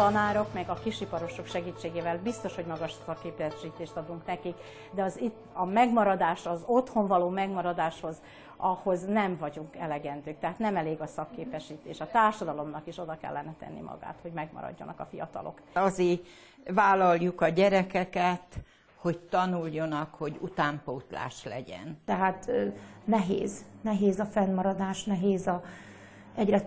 tanárok, meg a kisiparosok segítségével biztos, hogy magas szakképesítést adunk nekik, de a megmaradás, az otthon való megmaradáshoz, ahhoz nem vagyunk elegendők, tehát nem elég a szakképesítés. A társadalomnak is oda kellene tenni magát, hogy megmaradjanak a fiatalok. Azért vállaljuk a gyerekeket, hogy tanuljanak, hogy utánpótlás legyen. Tehát nehéz a fennmaradás, egyre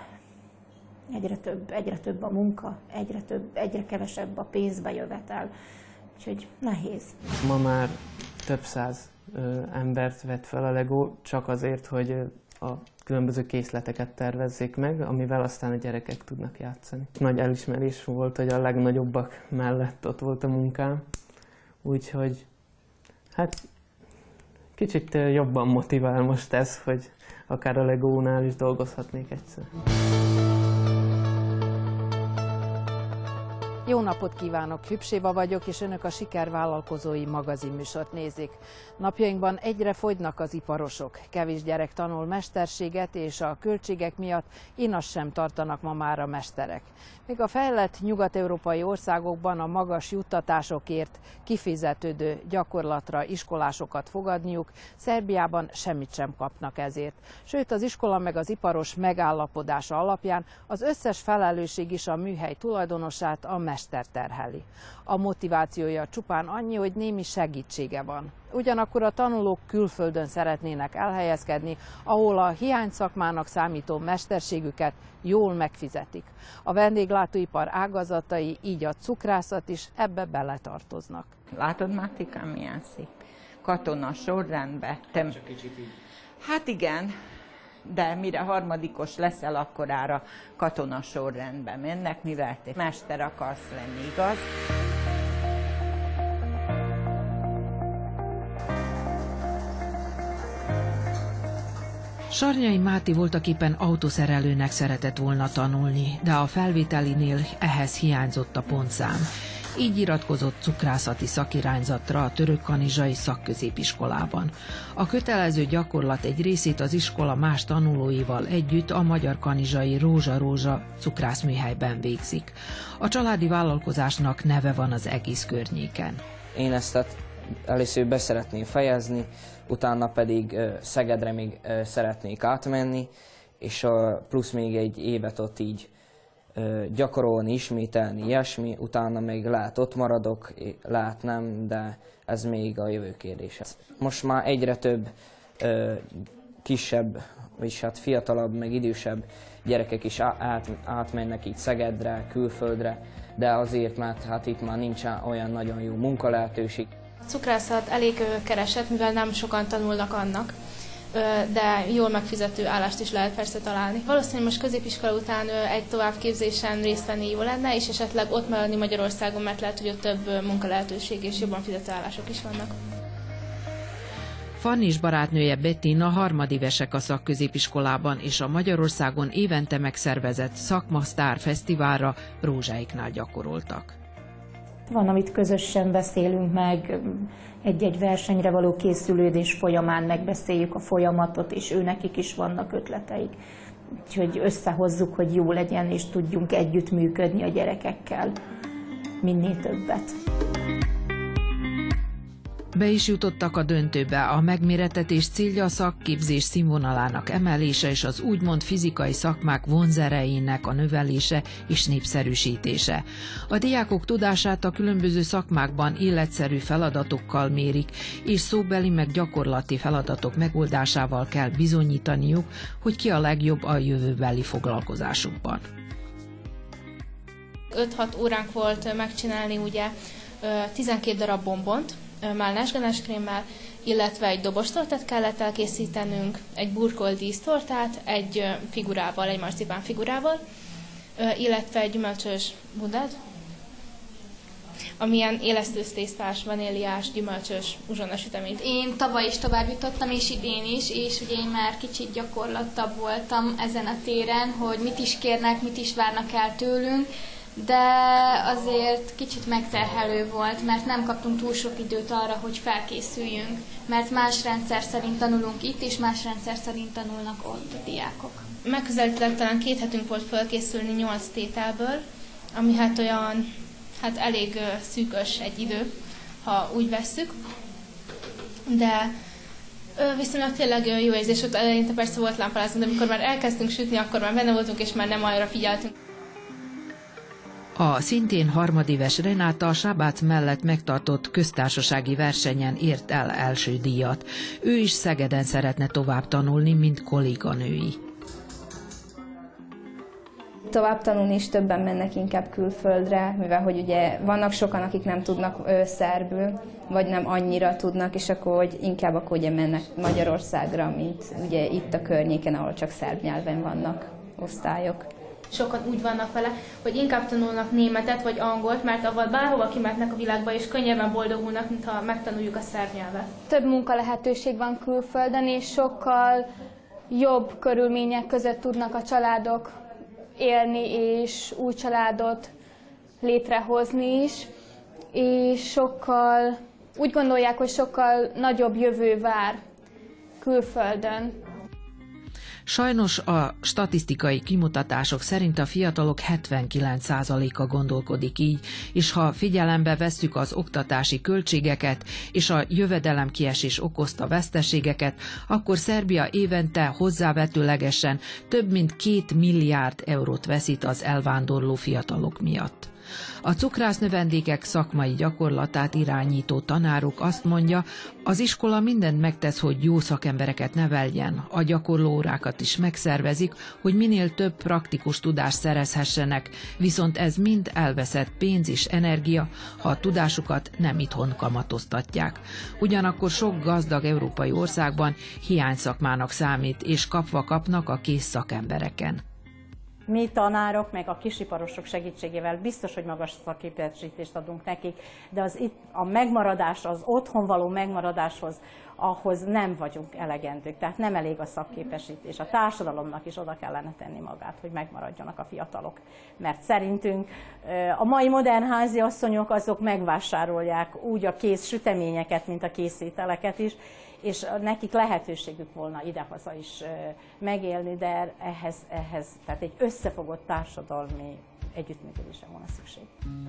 több a munka, egyre kevesebb a pénzbejövetel, úgyhogy nehéz. Ma már több száz embert vett fel a LEGO csak azért, hogy a különböző készleteket tervezzék meg, amivel aztán a gyerekek tudnak játszani. Nagy elismerés volt, hogy a legnagyobbak mellett ott volt a munkám, úgyhogy hát kicsit jobban motivál most ez, hogy akár a LEGO-nál is dolgozhatnék egyszer. Jó napot kívánok! Hübs Éva vagyok, és önök a Sikervállalkozói magazinműsort nézik. Napjainkban egyre fogynak az iparosok. Kevés gyerek tanul mesterséget, és a költségek miatt inast sem tartanak ma már a mesterek. Míg a fejlett nyugat-európai országokban a magas juttatásokért kifizetődő gyakorlatra iskolásokat fogadniuk, Szerbiában semmit sem kapnak ezért. Sőt, az iskola meg az iparos megállapodása alapján az összes felelősség is a műhely tulajdonosát, a mester terheli. A motivációja csupán annyi, hogy némi segítsége van. Ugyanakkor a tanulók külföldön szeretnének elhelyezkedni, ahol a hiányszakmának számító mesterségüket jól megfizetik. A vendéglátóipar ágazatai, így a cukrászat is ebbe beletartoznak. Látod, Mátikám, milyen szép? Katona sorrendbe. Hát igen, de mire harmadikos leszel, akkorára katona sorrendbe mennek, mivel te mester akarsz lenni, igaz? Sarnyai Máté voltaképpen autószerelőnek szeretett volna tanulni, de a felvételinél ehhez hiányzott a pontszám. Így iratkozott cukrászati szakirányzatra a Törökkanizsai Szakközépiskolában. A kötelező gyakorlat egy részét az iskola más tanulóival együtt a Magyar Kanizsai Rózsa cukrászműhelyben végzik. A családi vállalkozásnak neve van az egész környéken. Én ezt először be szeretném fejezni, utána pedig Szegedre még szeretnék átmenni, és plusz még egy évet ott így gyakorolni, ismételni, ilyesmi, utána még lehet ott maradok, lehet nem, de ez még a jövő kérdése. Most már egyre több kisebb, vagyis hát fiatalabb, meg idősebb gyerekek is átmennek így Szegedre, külföldre, de azért, mert hát itt már nincsen olyan nagyon jó munkalehetőség. A cukrászat elég keresett, mivel nem sokan tanulnak annak, de jól megfizető állást is lehet persze találni. Valószínűleg most középiskola után egy továbbképzésen részt venni jó lenne, és esetleg ott maradni Magyarországon, mert lehet, hogy ott több munkalehetőség és jobban fizető állások is vannak. Fanni és barátnője Bettina harmadévesek a szakközépiskolában, és a Magyarországon évente megszervezett Szakmasztár Fesztiválra Rózsáiknál gyakoroltak. Van, amit közösen beszélünk meg, egy-egy versenyre való készülődés folyamán megbeszéljük a folyamatot, és őnekik is vannak ötleteik. Úgyhogy összehozzuk, hogy jó legyen, és tudjunk együttműködni a gyerekekkel minél többet. Be is jutottak a döntőbe. A megmérettetés célja a szakképzés színvonalának emelése és az úgymond fizikai szakmák vonzerejének a növelése és népszerűsítése. A diákok tudását a különböző szakmákban életszerű feladatokkal mérik, és szóbeli meg gyakorlati feladatok megoldásával kell bizonyítaniuk, hogy ki a legjobb a jövőbeli foglalkozásukban. 5-6 óránk volt megcsinálni ugye 12 darab bombont, málnásganásკrémmel, illetve egy dobostortát kellett elkészítenünk, egy burkolt dísztortát, egy figurával, egy marcipán figurával, illetve egy gyümölcsös budát, amilyen élesztőztésztás, vaníliás, gyümölcsös uzsonnasüteményt. Én tavaly is tovább jutottam, és idén is, és ugye én már kicsit gyakorlattabb voltam ezen a téren, hogy mit is kérnek, mit is várnak el tőlünk, de azért kicsit megterhelő volt, mert nem kaptunk túl sok időt arra, hogy felkészüljünk, mert más rendszer szerint tanulunk itt, és más rendszer szerint tanulnak ott a diákok. Megközelítőleg talán 2 hetünk volt felkészülni 8 tételből, ami hát olyan, hát elég szűkös egy idő, ha úgy vesszük, de viszonylag tényleg jó érzés volt, eleinte persze volt lámpalázunk, de amikor már elkezdtünk sütni, akkor már benne voltunk, és már nem arra figyeltünk. A szintén harmadéves Renáta a Sábác mellett megtartott köztársasági versenyen ért el első díjat. Ő is Szegeden szeretne tovább tanulni, mint kolléganői. Tovább tanulni is többen mennek inkább külföldre, mivel hogy ugye vannak sokan, akik nem tudnak szerbül, vagy nem annyira tudnak, és akkor inkább ugye mennek Magyarországra, mint ugye itt a környéken, ahol csak szerb nyelven vannak osztályok. Sokan úgy vannak vele, hogy inkább tanulnak németet vagy angolt, mert avval bárhova kimehetnek a világba, és könnyebben boldogulnak, mintha megtanuljuk a szerb nyelvet. Több munka lehetőség van külföldön, és sokkal jobb körülmények között tudnak a családok élni, és új családot létrehozni is, és úgy gondolják, hogy sokkal nagyobb jövő vár külföldön. Sajnos a statisztikai kimutatások szerint a fiatalok 79%-a gondolkodik így, és ha figyelembe vesszük az oktatási költségeket és a jövedelemkiesés okozta veszteségeket, akkor Szerbia évente hozzávetőlegesen több mint 2 milliárd eurót veszít az elvándorló fiatalok miatt. A cukrásznövendékek szakmai gyakorlatát irányító tanárok azt mondja, az iskola mindent megtesz, hogy jó szakembereket neveljen, a gyakorló órákat is megszervezik, hogy minél több praktikus tudást szerezhessenek, viszont ez mind elveszett pénz és energia, ha a tudásukat nem itthon kamatoztatják. Ugyanakkor sok gazdag európai országban hiányszakmának számít, és kapva kapnak a kész szakembereken. Mi tanárok, meg a kisiparosok segítségével biztos, hogy magas szakképesítést adunk nekik, de a megmaradás, az otthon való megmaradáshoz, ahhoz nem vagyunk elegendők, tehát nem elég a szakképesítés. A társadalomnak is oda kellene tenni magát, hogy megmaradjanak a fiatalok. Mert szerintünk a mai modern háziasszonyok azok megvásárolják úgy a kész süteményeket, mint a készételeket is, és nekik lehetőségük volna idehaza is megélni, de ehhez tehát egy összefogott társadalmi együttműködésre volna szükség.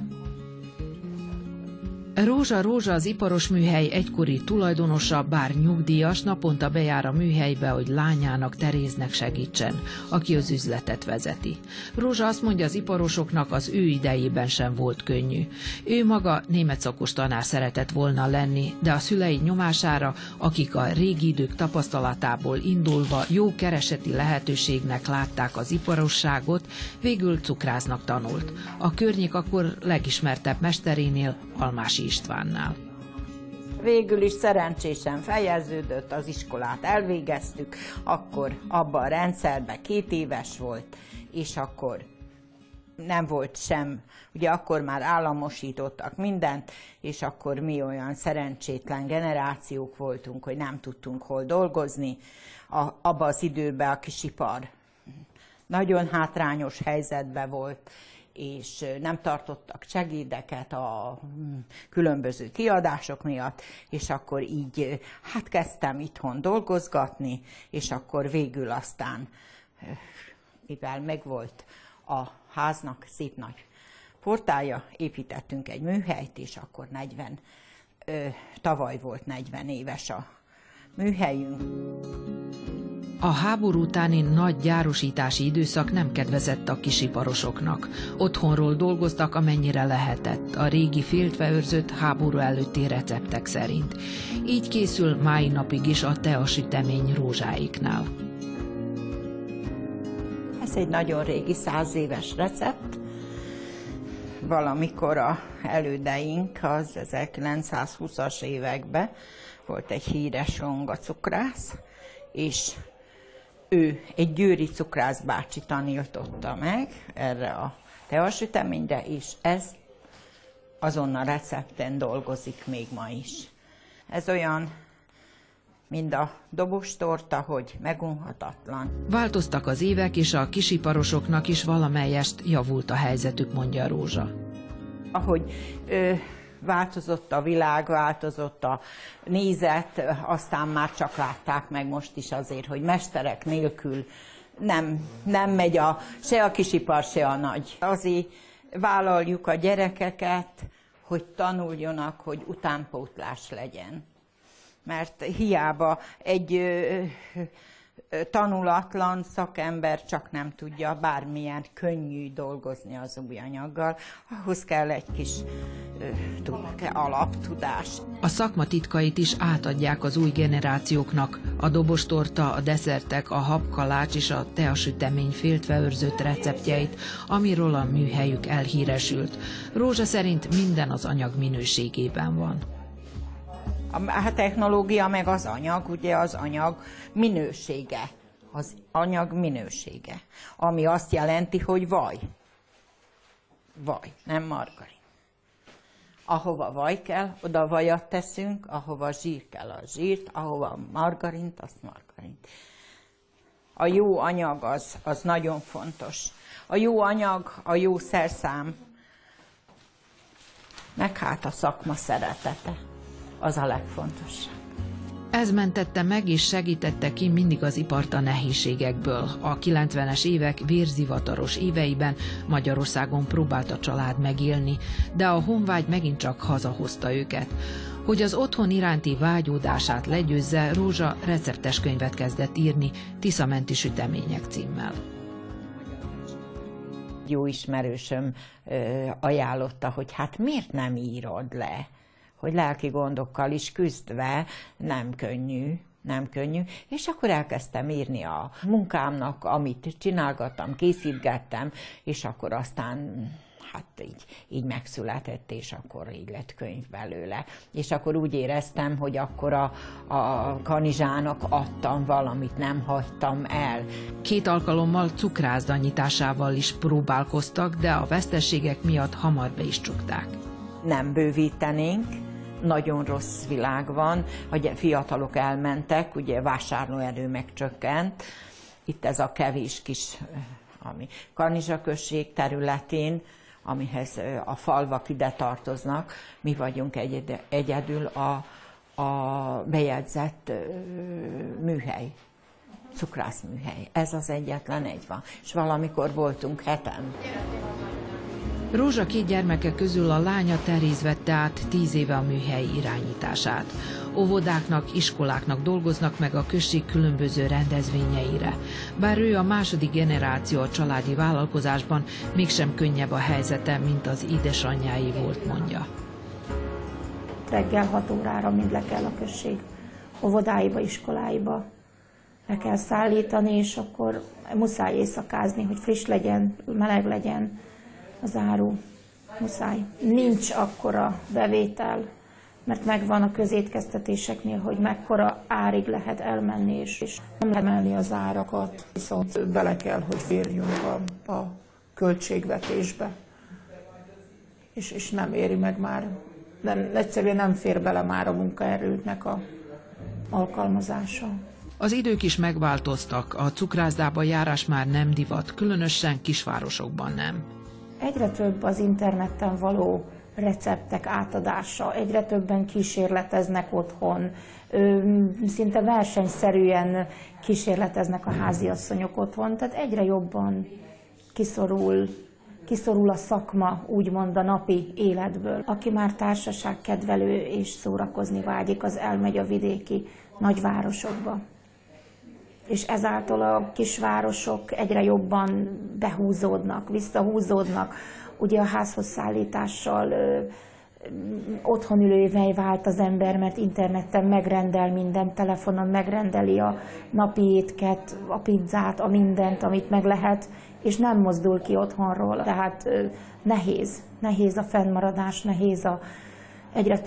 Rózsa az iparos műhely egykori tulajdonosa, bár nyugdíjas, naponta bejár a műhelybe, hogy lányának, Teréznek segítsen, aki az üzletet vezeti. Rózsa azt mondja, az iparosoknak az ő idejében sem volt könnyű. Ő maga német szakos tanár szeretett volna lenni, de a szülei nyomására, akik a régi idők tapasztalatából indulva jó kereseti lehetőségnek látták az iparosságot, végül cukrásznak tanult. A környék akkor legismertebb mesterénél, Almási Istvánnál. Végül is szerencsésen fejeződött, az iskolát elvégeztük, akkor abban a rendszerben 2 éves volt, és akkor nem volt sem, ugye akkor már államosítottak mindent, és akkor mi olyan szerencsétlen generációk voltunk, hogy nem tudtunk hol dolgozni. Abban az időben a kisipar nagyon hátrányos helyzetben volt, és nem tartottak segédeket a különböző kiadások miatt, és akkor így kezdtem itthon dolgozgatni, és akkor végül aztán, mivel megvolt a háznak szép nagy portálja, építettünk egy műhelyt, és akkor tavaly volt 40 éves a műhelyünk. A háború utáni nagy gyárosítási időszak nem kedvezett a kisiparosoknak. Otthonról dolgoztak, amennyire lehetett, a régi féltve őrzött háború előtti receptek szerint. Így készül mai napig is a teasütemény Rózsáéknál. Ez egy nagyon régi 100 éves recept. Valamikor a elődeink az 1920-as években volt egy híres ronga cukrász, és ő egy győri cukrász bácsi tanította meg erre a teasüteményre, és ez azon a recepten dolgozik még ma is. Ez olyan, mint a dobostorta, hogy megunhatatlan. Változtak az évek, és a kisiparosoknak is valamelyest javult a helyzetük, mondja Rózsa. Ahogy változott a világ, változott a nézet, aztán már csak látták meg most is azért, hogy mesterek nélkül nem megy se a kisipar, se a nagy. Azért vállaljuk a gyerekeket, hogy tanuljanak, hogy utánpótlás legyen. Mert hiába egy tanulatlan szakember csak nem tudja bármilyen könnyű dolgozni az új anyaggal, ahhoz kell egy kis alaptudás. A szakma titkait is átadják az új generációknak. A dobostorta, a desszertek, a habkalács és a teasütemény féltve őrzött receptjeit, amiről a műhelyük elhíresült. Rózsa szerint minden az anyag minőségében van. A technológia meg az anyag, ugye az anyag minősége. Az anyag minősége. Ami azt jelenti, hogy vaj. Vaj, nem margarin. Ahova vaj kell, oda vajat teszünk, ahova zsír kell, a zsírt, ahova margarint, azt margarint. A jó anyag az nagyon fontos. A jó anyag, a jó szerszám, meg hát a szakma szeretete. Az a legfontosabb. Ez mentette meg és segítette ki mindig az ipart a nehézségekből. A 90-es évek vérzivataros éveiben Magyarországon próbált a család megélni, de a honvágy megint csak hazahozta őket. Hogy az otthon iránti vágyódását legyőzze, Rózsa receptes könyvet kezdett írni, Tiszamenti sütemények címmel. Jó ismerősöm ajánlotta, hogy hát miért nem írod le? Hogy lelki gondokkal is küzdve nem könnyű, és akkor elkezdtem írni a munkámnak, amit csinálgattam, készítgettem, és akkor aztán hát így megszületett, és akkor így lett könyv belőle. És akkor úgy éreztem, hogy akkor a Kanizsának adtam valamit, nem hagytam el. 2 alkalommal cukrászda nyitásával is próbálkoztak, de a veszteségek miatt hamar be is csukták. Nem bővítenénk, nagyon rossz világ van, hogy fiatalok elmentek, ugye vásárlóerő megcsökkent. Itt ez a kevés kis, ami Kanizsa község területén, amihez a falvak ide tartoznak, mi vagyunk egyedül a bejegyzett műhely, cukrászműhely. Ez az egyetlen egy van. És valamikor voltunk 7-en. Rózsa 2 gyermeke közül a lánya Teréz vette át 10 éve a műhely irányítását. Óvodáknak, iskoláknak dolgoznak meg a község különböző rendezvényeire. Bár ő a második generáció a családi vállalkozásban, mégsem könnyebb a helyzete, mint az édesanyjáé volt, mondja. Reggel 6 órára mind le kell a község óvodáiba, iskoláiba. Le kell szállítani, és akkor muszáj éjszakázni, hogy friss legyen, meleg legyen az áru. Muszáj. Nincs akkora bevétel, mert megvan a közétkeztetéseknél, hogy mekkora árig lehet elmenni, és nem lehet emelni az árakat. Viszont bele kell, hogy férjünk a költségvetésbe. És nem éri meg már. Egyszerűen nem fér bele már a munkaerőknek a alkalmazása. Az idők is megváltoztak, a cukrászdába járás már nem divat, különösen kisvárosokban nem. Egyre több az interneten való receptek átadása, egyre többen kísérleteznek otthon, szinte versenyszerűen kísérleteznek a háziasszonyok otthon, tehát egyre jobban kiszorul a szakma, úgymond a napi életből. Aki már társaságkedvelő és szórakozni vágyik, az elmegy a vidéki nagyvárosokba. És ezáltal a kisvárosok egyre jobban behúzódnak, visszahúzódnak. Ugye a házhoz szállítással otthonülővé vált az ember, mert interneten megrendel mindent, telefonon megrendeli a napi étket, a pizzát, a mindent, amit meg lehet, és nem mozdul ki otthonról. Tehát nehéz a fennmaradás, egyre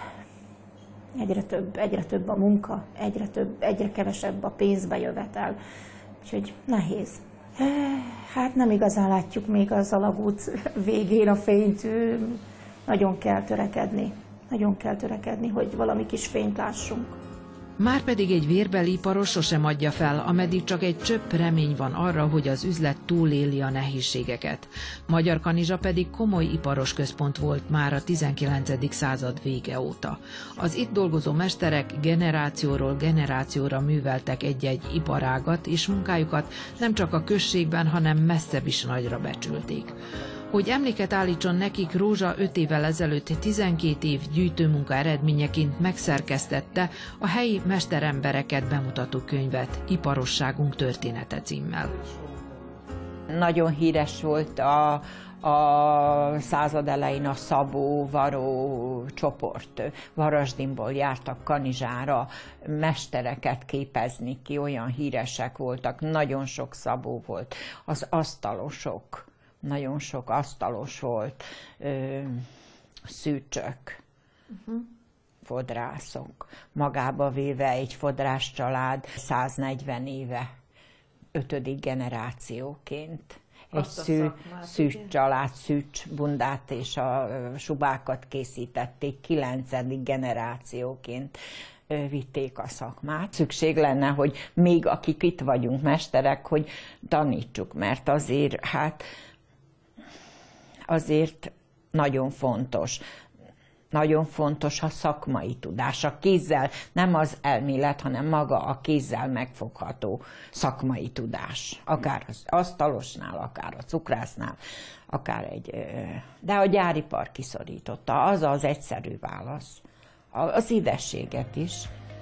több a munka, egyre kevesebb a pénzbejövetel, úgyhogy nehéz. Hát nem igazán látjuk még az alagút végén a fényt, nagyon kell törekedni, hogy valami kis fényt lássunk. Márpedig egy vérbeli iparos sosem adja fel, ameddig csak egy csöpp remény van arra, hogy az üzlet túléli a nehézségeket. Magyarkanizsa pedig komoly iparos központ volt már a 19. század vége óta. Az itt dolgozó mesterek generációról generációra műveltek egy-egy iparágat, és munkájukat nem csak a községben, hanem messzebb is nagyra becsülték. Hogy emléket állítson nekik, Rózsa 5 évvel ezelőtt 12 év gyűjtőmunka eredményeként megszerkesztette a helyi mesterembereket bemutató könyvet, Iparosságunk története címmel. Nagyon híres volt a század elején a Szabó-Varó csoport. Varasdinból jártak Kanizsára mestereket képezni ki, olyan híresek voltak, nagyon sok szabó volt. Az asztalosok, nagyon sok asztalos volt, szűcsök, fodrászok. Magába véve egy fodrász család 140 éve, 5. generációként. Egy szűcs család, szűcs bundát és a subákat készítették, 9. generációként vitték a szakmát. Szükség lenne, hogy még akik itt vagyunk mesterek, hogy tanítsuk, mert azért nagyon fontos. Nagyon fontos a szakmai tudás, a kézzel, nem az elmélet, hanem maga a kézzel megfogható szakmai tudás. Akár az asztalosnál, akár a cukrásznál, akár de a gyáripar kiszorította, az az egyszerű válasz. Az idességet is.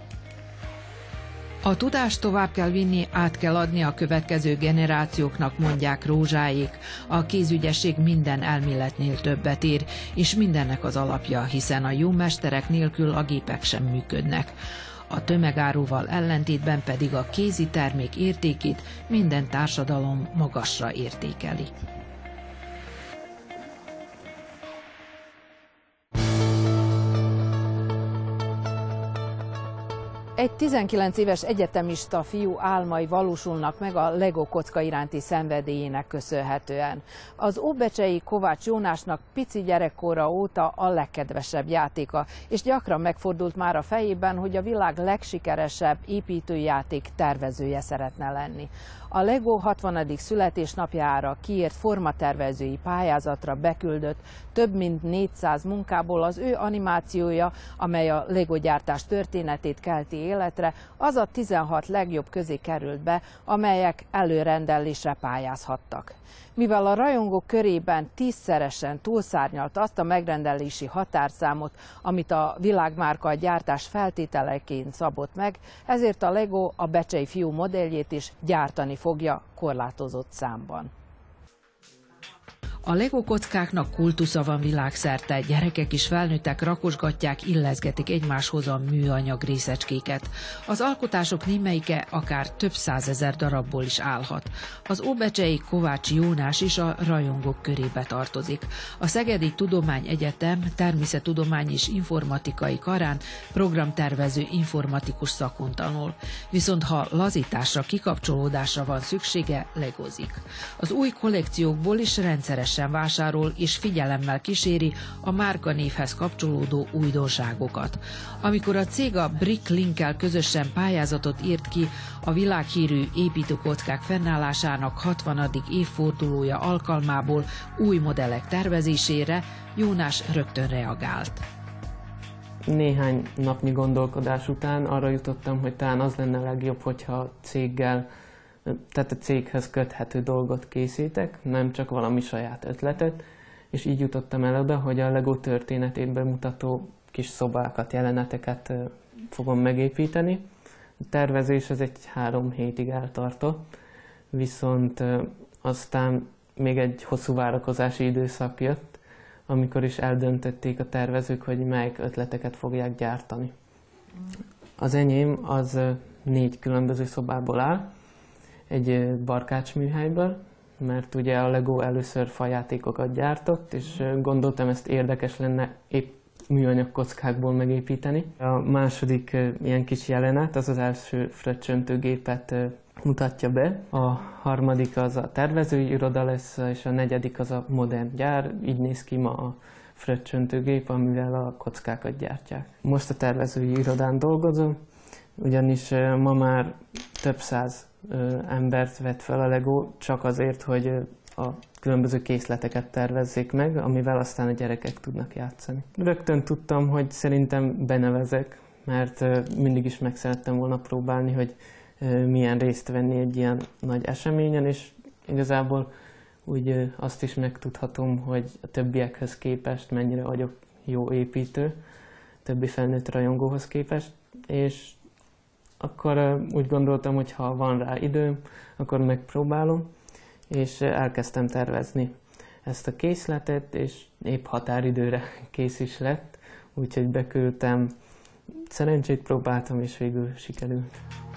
A tudást tovább kell vinni, át kell adni a következő generációknak, mondják Rózsáék. A kézügyesség minden elméletnél többet ér, és mindennek az alapja, hiszen a jó mesterek nélkül a gépek sem működnek. A tömegáruval ellentétben pedig a kézi termék értékét minden társadalom magasra értékeli. Egy 19 éves egyetemista fiú álmai valósulnak meg a Lego kocka iránti szenvedélyének köszönhetően. Az óbecsei Kovács Jónásnak pici gyerekkora óta a legkedvesebb játéka, és gyakran megfordult már a fejében, hogy a világ legsikeresebb építőjáték tervezője szeretne lenni. A Lego 60. születésnapjára kiírt formatervezői pályázatra beküldött több mint 400 munkából az ő animációja, amely a Lego gyártás történetét kelti életre, az a 16 legjobb közé került be, amelyek előrendelésre pályázhattak. Mivel a rajongók körében 10-szeresen túlszárnyalt azt a megrendelési határszámot, amit a világmárka gyártás feltételeként szabott meg, ezért a Lego a becsei fiú modelljét is gyártani fogja korlátozott számban. A Lego kockáknak kultusza van világszerte, gyerekek és felnőttek rakosgatják, illeszgetik egymáshoz a műanyag részecskéket. Az alkotások némelyike akár több százezer darabból is állhat. Az óbecsei Kovács Jónás is a rajongók körébe tartozik. A Szegedi Tudományegyetem természettudomány és informatikai karán programtervező informatikus szakon tanul. Viszont ha lazításra, kikapcsolódásra van szüksége, legozik. Az új kollekciókból is rendszeres vásárol és figyelemmel kíséri a márkanévhez kapcsolódó újdonságokat. Amikor a cég a Bricklink-kel közösen pályázatot írt ki a világhírű építőkockák fennállásának 60. évfordulója alkalmából új modellek tervezésére, Jónás rögtön reagált. Néhány napnyi gondolkodás után arra jutottam, hogy talán az lenne legjobb, hogyha tehát a céghez köthető dolgot készítek, nem csak valami saját ötletet, és így jutottam el oda, hogy a Lego történetét bemutató kis szobákat, jeleneteket fogom megépíteni. A tervezés ez egy 3 hétig eltartott, viszont aztán még egy hosszú várakozási időszak jött, amikor is eldöntötték a tervezők, hogy melyik ötleteket fogják gyártani. Az enyém az 4 különböző szobából áll, egy barkácsműhelyből, mert ugye a Lego először fajátékokat gyártott, és gondoltam, ezt érdekes lenne épp műanyag kockákból megépíteni. A második ilyen kis jelenet, az az első fröccsöntőgépet mutatja be. A harmadik az a tervezői iroda lesz, és a negyedik az a modern gyár. Így néz ki ma a fröccsöntőgép, amivel a kockákat gyártják. Most a tervezői irodán dolgozom, ugyanis ma már több száz embert vett fel a Lego csak azért, hogy a különböző készleteket tervezzék meg, amivel aztán a gyerekek tudnak játszani. Rögtön tudtam, hogy szerintem benevezek, mert mindig is meg szerettem volna próbálni, hogy milyen részt venni egy ilyen nagy eseményen, és igazából úgy azt is megtudhatom, hogy a többiekhez képest mennyire vagyok jó építő, többi felnőtt rajongóhoz képest, és akkor úgy gondoltam, hogy ha van rá időm, akkor megpróbálom, és elkezdtem tervezni ezt a készletet, és épp határidőre kész is lett, úgyhogy beküldtem, szerencsét próbáltam, és végül sikerült.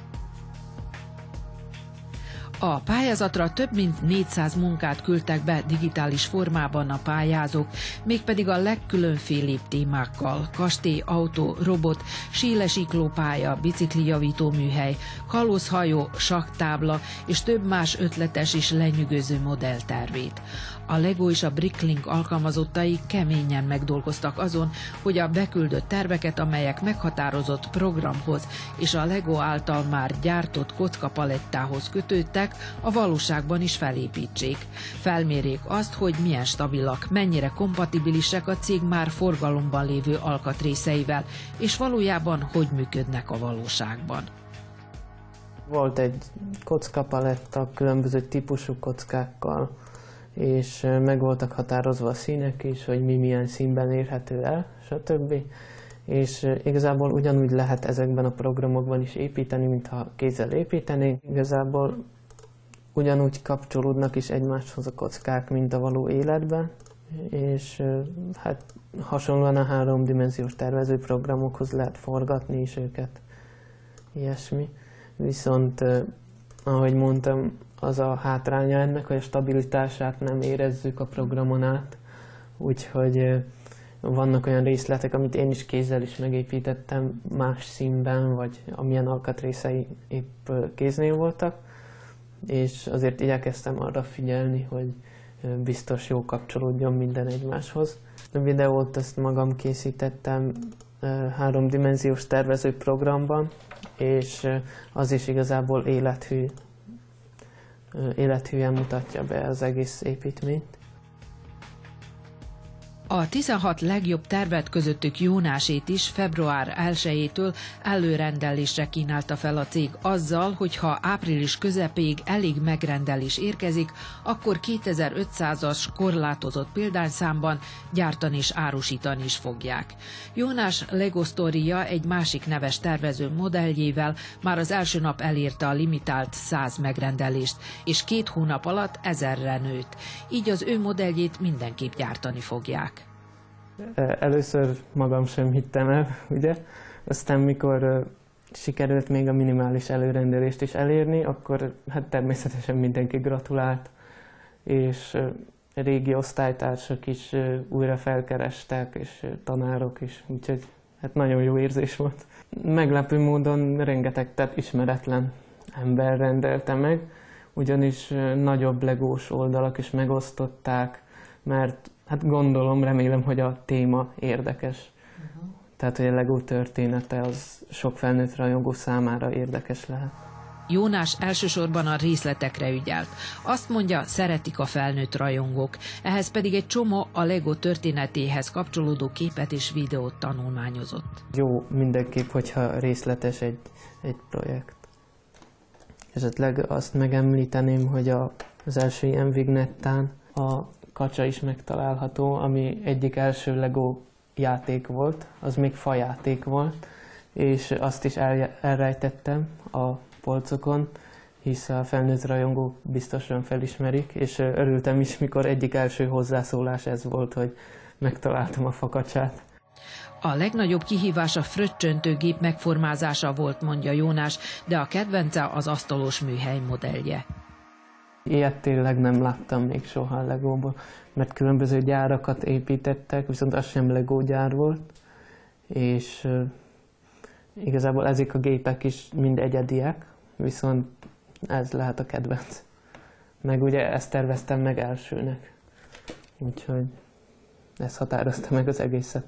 A pályázatra több mint 400 munkát küldtek be digitális formában a pályázók, mégpedig a legkülönfélébb témákkal: kastély, autó, robot, sílesiklópálya, biciklijavító műhely, kalózhajó, sakktábla és több más ötletes és lenyűgöző modelltervét. A Lego és a Bricklink alkalmazottai keményen megdolgoztak azon, hogy a beküldött terveket, amelyek meghatározott programhoz és a Lego által már gyártott kockapalettához kötődtek, a valóságban is felépítsék. Felmérjék azt, hogy milyen stabilak, mennyire kompatibilisek a cég már forgalomban lévő alkatrészeivel, és valójában hogy működnek a valóságban. Volt egy kockapaletta különböző típusú kockákkal, és meg voltak határozva a színek is, hogy mi milyen színben érhető el, stb. És igazából ugyanúgy lehet ezekben a programokban is építeni, mintha kézzel építenénk. Igazából ugyanúgy kapcsolódnak is egymáshoz a kockák, mint a való életben, és hát hasonlóan a 3D-s tervezőprogramokhoz lehet forgatni is őket, ilyesmi. Viszont, ahogy mondtam, az a hátránya ennek, hogy a stabilitását nem érezzük a programon át, úgyhogy vannak olyan részletek, amit én is kézzel is megépítettem más színben, vagy amilyen alkatrészei épp kéznél voltak, és azért igyekeztem arra figyelni, hogy biztos jó kapcsolódjon minden egymáshoz. A videót ezt magam készítettem 3D-s tervezőprogramban, és az is igazából élethűen mutatja be az egész építményt. A 16 legjobb tervet közöttük Jónásét is február 1-től előrendelésre kínálta fel a cég azzal, hogy ha április közepéig elég megrendelés érkezik, akkor 2500-as korlátozott példányszámban gyártani és árusítani is fogják. Jónás Lego Story-ja egy másik neves tervező modelljével már az első nap elérte a limitált 100 megrendelést, és 2 hónap alatt 1000-re nőtt. Így az ő modelljét mindenképp gyártani fogják. Először magam sem hittem el, ugye? Aztán mikor sikerült még a minimális előrendelést is elérni, akkor hát természetesen mindenki gratulált, és régi osztálytársak is újra felkerestek, és tanárok is, úgyhogy hát nagyon jó érzés volt. Meglepő módon rengeteg, tehát ismeretlen ember rendelte meg, ugyanis nagyobb legós oldalak is megosztották, mert hát gondolom, remélem, hogy a téma érdekes. Tehát, hogy a Lego története az sok felnőtt rajongó számára érdekes lehet. Jónás elsősorban a részletekre ügyelt. Azt mondja, szeretik a felnőtt rajongók, ehhez pedig egy csomó a Lego történetéhez kapcsolódó képet és videót tanulmányozott. Jó mindenképp, hogyha részletes egy projekt. Esetleg azt megemlíteném, hogy az első ilyen vignettán a kacsa is megtalálható, ami egyik első Lego játék volt, az még fajáték volt, és azt is elrejtettem a polcokon, hisz a felnőtt rajongók biztosan felismerik, és örültem is, mikor egyik első hozzászólás ez volt, hogy megtaláltam a fakacsát. A legnagyobb kihívás a fröccsöntőgép megformázása volt, mondja Jónás, de a kedvence az asztalos műhely modellje. Ilyet tényleg nem láttam még soha a Legóból, mert különböző gyárakat építettek, viszont az sem Lego gyár volt, és igazából ezek a gépek is mind egyediek, viszont ez lehet a kedvenc. Meg ugye ezt terveztem meg elsőnek, úgyhogy ez határozta meg az egészet.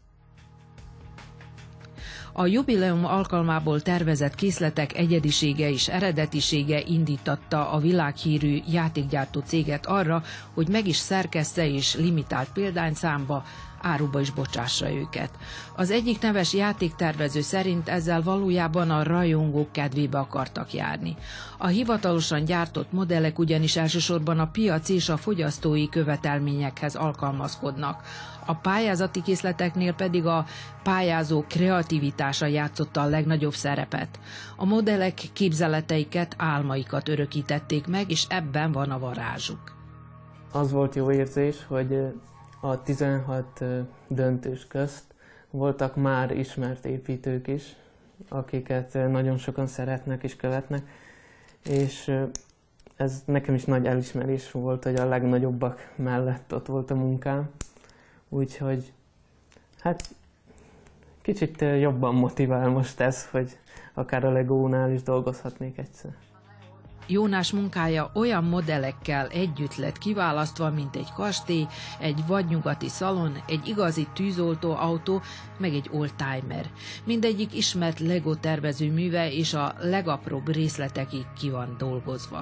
A jubileum alkalmából tervezett készletek egyedisége és eredetisége indítatta a világhírű játékgyártó céget arra, hogy meg is szerkeszte és limitált példányszámba áruba is bocsássa őket. Az egyik neves játéktervező szerint ezzel valójában a rajongók kedvébe akartak járni. A hivatalosan gyártott modellek ugyanis elsősorban a piaci és a fogyasztói követelményekhez alkalmazkodnak. A pályázati készleteknél pedig a pályázó kreativitása játszotta a legnagyobb szerepet. A modellek képzeleteiket, álmaikat örökítették meg, és ebben van a varázsuk. Az volt jó érzés, hogy a 16 döntős közt voltak már ismert építők is, akiket nagyon sokan szeretnek és követnek, és ez nekem is nagy elismerés volt, hogy a legnagyobbak mellett ott volt a munkám. Úgyhogy hát kicsit jobban motivál most ez, hogy akár a Legónál is dolgozhatnék egyszer. Jónás munkája olyan modellekkel együtt lett kiválasztva, mint egy kastély, egy vadnyugati szalon, egy igazi tűzoltó autó, meg egy oldtimer. Mindegyik ismert Lego tervező műve, és a legapróbb részletekig ki van dolgozva.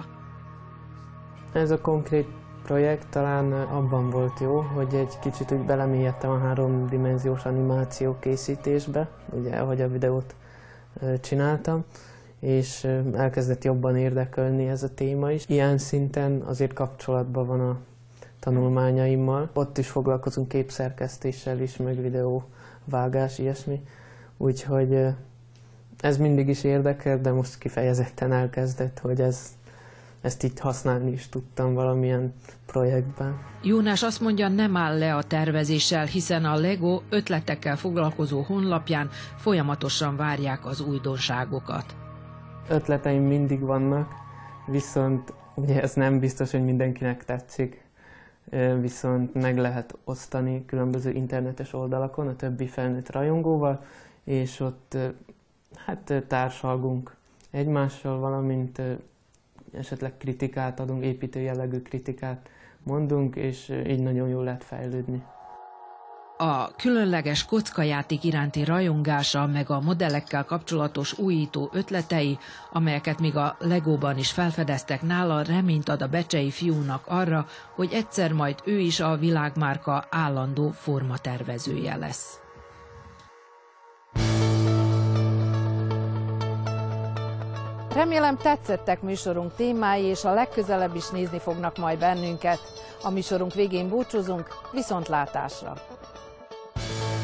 Ez a konkrét projekt talán abban volt jó, hogy egy kicsit úgy belemélyedtem a 3D animáció készítésbe, ugye ahogy a videót csináltam, és elkezdett jobban érdekelni ez a téma is. Ilyen szinten azért kapcsolatban van a tanulmányaimmal. Ott is foglalkozunk képszerkesztéssel is, meg videóvágás, ilyesmi. Úgyhogy ez mindig is érdekel, de most kifejezetten elkezdett, hogy ezt így használni is tudtam valamilyen projektben. Jónás azt mondja, nem áll le a tervezéssel, hiszen a Lego ötletekkel foglalkozó honlapján folyamatosan várják az újdonságokat. Ötleteim mindig vannak, viszont ugye ez nem biztos, hogy mindenkinek tetszik, viszont meg lehet osztani különböző internetes oldalakon a többi felnőtt rajongóval, és ott hát társalgunk egymással, valamint esetleg kritikát adunk, építő jellegű kritikát mondunk, és így nagyon jól lehet fejlődni. A különleges kockajáték iránti rajongása, meg a modellekkel kapcsolatos újító ötletei, amelyeket még a Legóban is felfedeztek nála, reményt ad a becsei fiúnak arra, hogy egyszer majd ő is a világmárka állandó formatervezője lesz. Remélem tetszettek műsorunk témái, és a legközelebb is nézni fognak majd bennünket. A műsorunk végén búcsúzunk, viszontlátásra!